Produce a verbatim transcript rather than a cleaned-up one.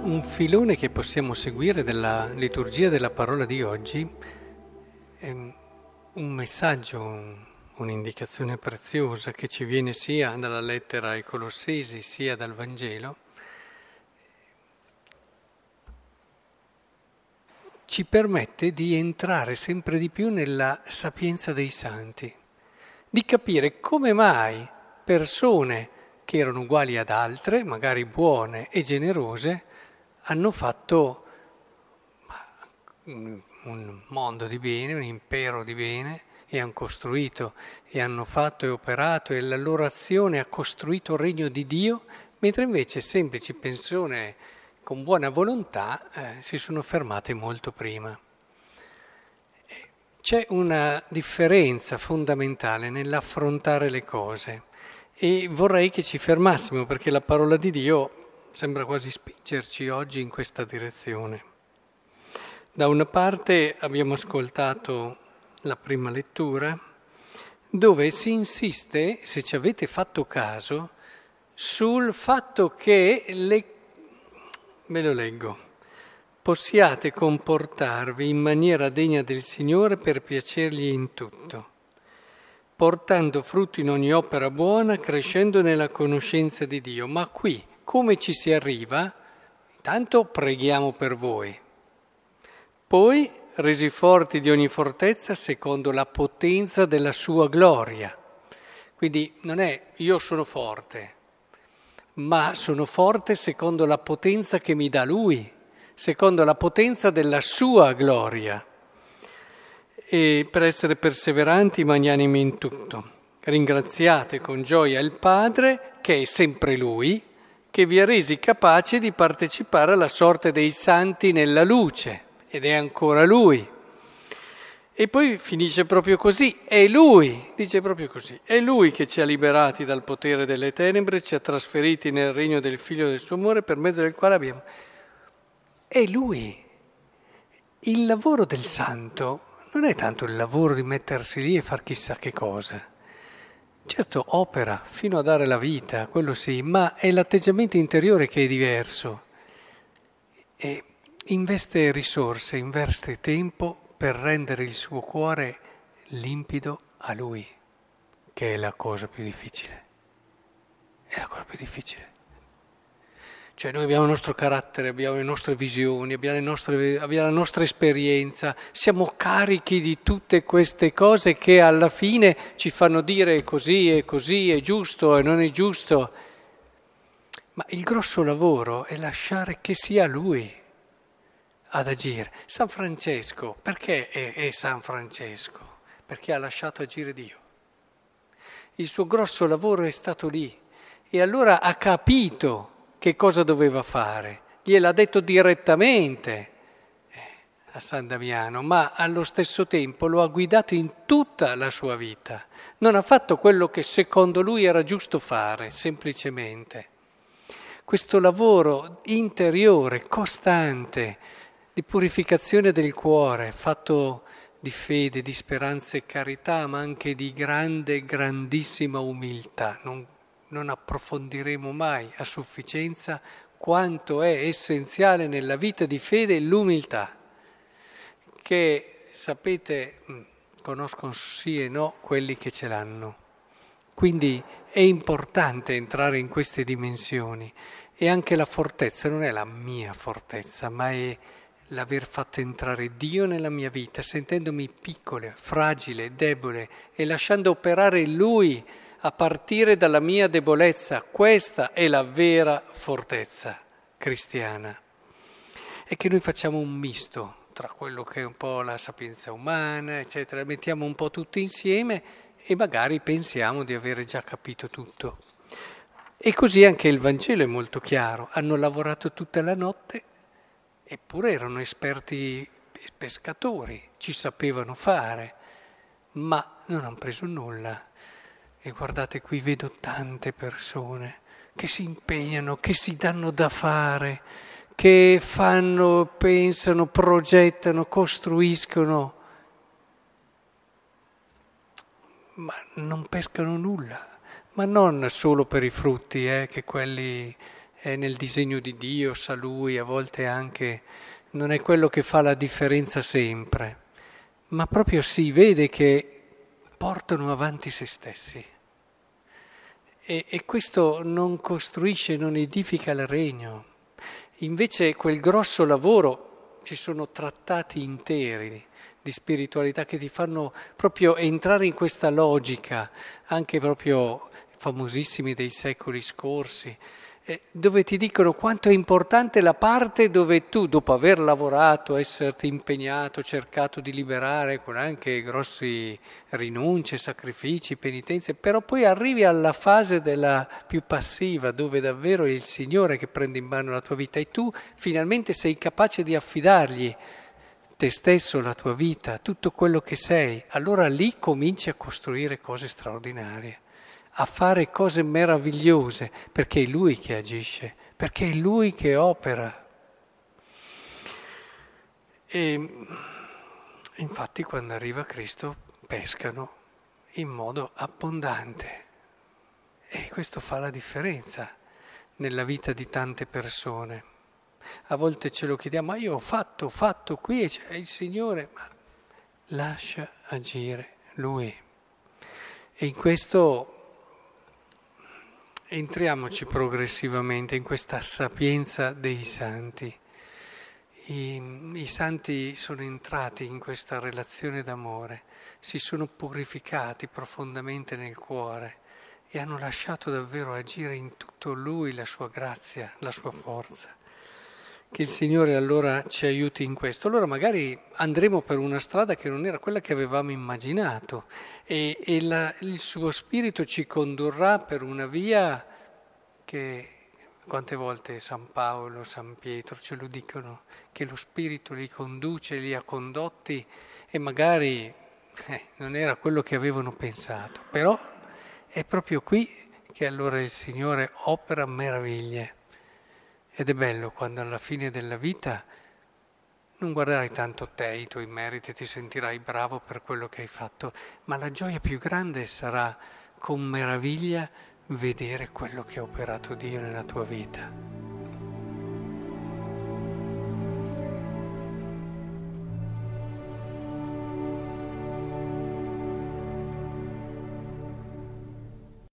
Un filone che possiamo seguire della liturgia della parola di oggi è un messaggio, un- un'indicazione preziosa che ci viene sia dalla lettera ai Colossesi sia dal Vangelo. Ci permette di entrare sempre di più nella sapienza dei santi, di capire come mai persone che erano uguali ad altre, magari buone e generose, hanno fatto un un mondo di bene, un impero di bene, e hanno costruito, e hanno fatto e operato, e la loro azione ha costruito il regno di Dio, mentre invece semplici persone con buona volontà eh, si sono fermate molto prima. C'è una differenza fondamentale nell'affrontare le cose e vorrei che ci fermassimo perché la parola di Dio sembra quasi spingerci oggi in questa direzione. Da una parte abbiamo ascoltato la prima lettura dove si insiste, se ci avete fatto caso, sul fatto che le... ve lo leggo. Possiate comportarvi in maniera degna del Signore per piacergli in tutto, portando frutto in ogni opera buona, crescendo nella conoscenza di Dio. Ma qui, come ci si arriva? Intanto preghiamo per voi. Poi, resi forti di ogni fortezza secondo la potenza della sua gloria. Quindi non è io sono forte, ma sono forte secondo la potenza che mi dà Lui, secondo la potenza della sua gloria. E per essere perseveranti, magnanimi in tutto. Ringraziate con gioia il Padre, che è sempre Lui, che vi ha resi capaci di partecipare alla sorte dei santi nella luce, ed è ancora Lui. E poi finisce proprio così, è Lui, dice proprio così, è Lui che ci ha liberati dal potere delle tenebre, ci ha trasferiti nel regno del Figlio del suo amore, per mezzo del quale abbiamo... È Lui. Il lavoro del santo non è tanto il lavoro di mettersi lì e far chissà che cosa. Certo, opera fino a dare la vita, quello sì, ma è l'atteggiamento interiore che è diverso. E investe risorse, investe tempo per rendere il suo cuore limpido a Lui, che è la cosa più difficile. È la cosa più difficile. Cioè noi abbiamo il nostro carattere, abbiamo le nostre visioni, abbiamo, le nostre, abbiamo la nostra esperienza, siamo carichi di tutte queste cose che alla fine ci fanno dire è così, è così, è giusto e non è giusto. Ma il grosso lavoro è lasciare che sia Lui ad agire. San Francesco, perché è, è San Francesco? Perché ha lasciato agire Dio. Il suo grosso lavoro è stato lì e allora ha capito che cosa doveva fare. Gliel'ha detto direttamente eh, a San Damiano, ma allo stesso tempo lo ha guidato in tutta la sua vita. Non ha fatto quello che secondo lui era giusto fare, semplicemente. Questo lavoro interiore, costante, di purificazione del cuore, fatto di fede, di speranza e carità, ma anche di grande, grandissima umiltà. Non, non approfondiremo mai a sufficienza quanto è essenziale nella vita di fede l'umiltà, che sapete, conoscono sì e no quelli che ce l'hanno. Quindi è importante entrare in queste dimensioni e anche la fortezza non è la mia fortezza, ma è l'aver fatto entrare Dio nella mia vita, sentendomi piccolo, fragile, debole e lasciando operare Lui a partire dalla mia debolezza. Questa è la vera fortezza cristiana. E che noi facciamo un misto tra quello che è un po' la sapienza umana, eccetera, mettiamo un po' tutto insieme e magari pensiamo di avere già capito tutto. E così anche il Vangelo è molto chiaro. Hanno lavorato tutta la notte, eppure erano esperti pescatori, ci sapevano fare, ma non hanno preso nulla. E guardate, qui vedo tante persone che si impegnano, che si danno da fare, che fanno, pensano, progettano, costruiscono, ma non pescano nulla. Ma non solo per i frutti, eh, che quelli è nel disegno di Dio, sa Lui, a volte anche non è quello che fa la differenza sempre, ma proprio si vede che portano avanti se stessi. E, e questo non costruisce, non edifica il regno. Invece quel grosso lavoro, ci sono trattati interi di spiritualità che ti fanno proprio entrare in questa logica, anche proprio famosissimi dei secoli scorsi, eh, dove ti dicono quanto è importante la parte dove tu, dopo aver lavorato, esserti impegnato, cercato di liberare con anche grossi rinunce, sacrifici, penitenze, però poi arrivi alla fase della più passiva, dove davvero è il Signore che prende in mano la tua vita e tu finalmente sei capace di affidargli te stesso, la tua vita, tutto quello che sei. Allora lì cominci a costruire cose straordinarie, a fare cose meravigliose, perché è Lui che agisce, perché è Lui che opera. E infatti quando arriva Cristo pescano in modo abbondante e questo fa la differenza nella vita di tante persone. A volte ce lo chiediamo, ma io ho fatto, ho fatto qui e c'è il Signore, ma lascia agire Lui. E in questo entriamoci progressivamente in questa sapienza dei santi. I, I santi sono entrati in questa relazione d'amore, si sono purificati profondamente nel cuore e hanno lasciato davvero agire in tutto Lui la sua grazia, la sua forza. Che il Signore allora ci aiuti in questo. Allora magari andremo per una strada che non era quella che avevamo immaginato e, e la, il suo Spirito ci condurrà per una via che quante volte San Paolo, San Pietro ce lo dicono, che lo Spirito li conduce, li ha condotti e magari eh, non era quello che avevano pensato. Però è proprio qui che allora il Signore opera meraviglie. Ed è bello quando alla fine della vita non guarderai tanto te, i tuoi meriti, ti sentirai bravo per quello che hai fatto, ma la gioia più grande sarà con meraviglia vedere quello che ha operato Dio nella tua vita.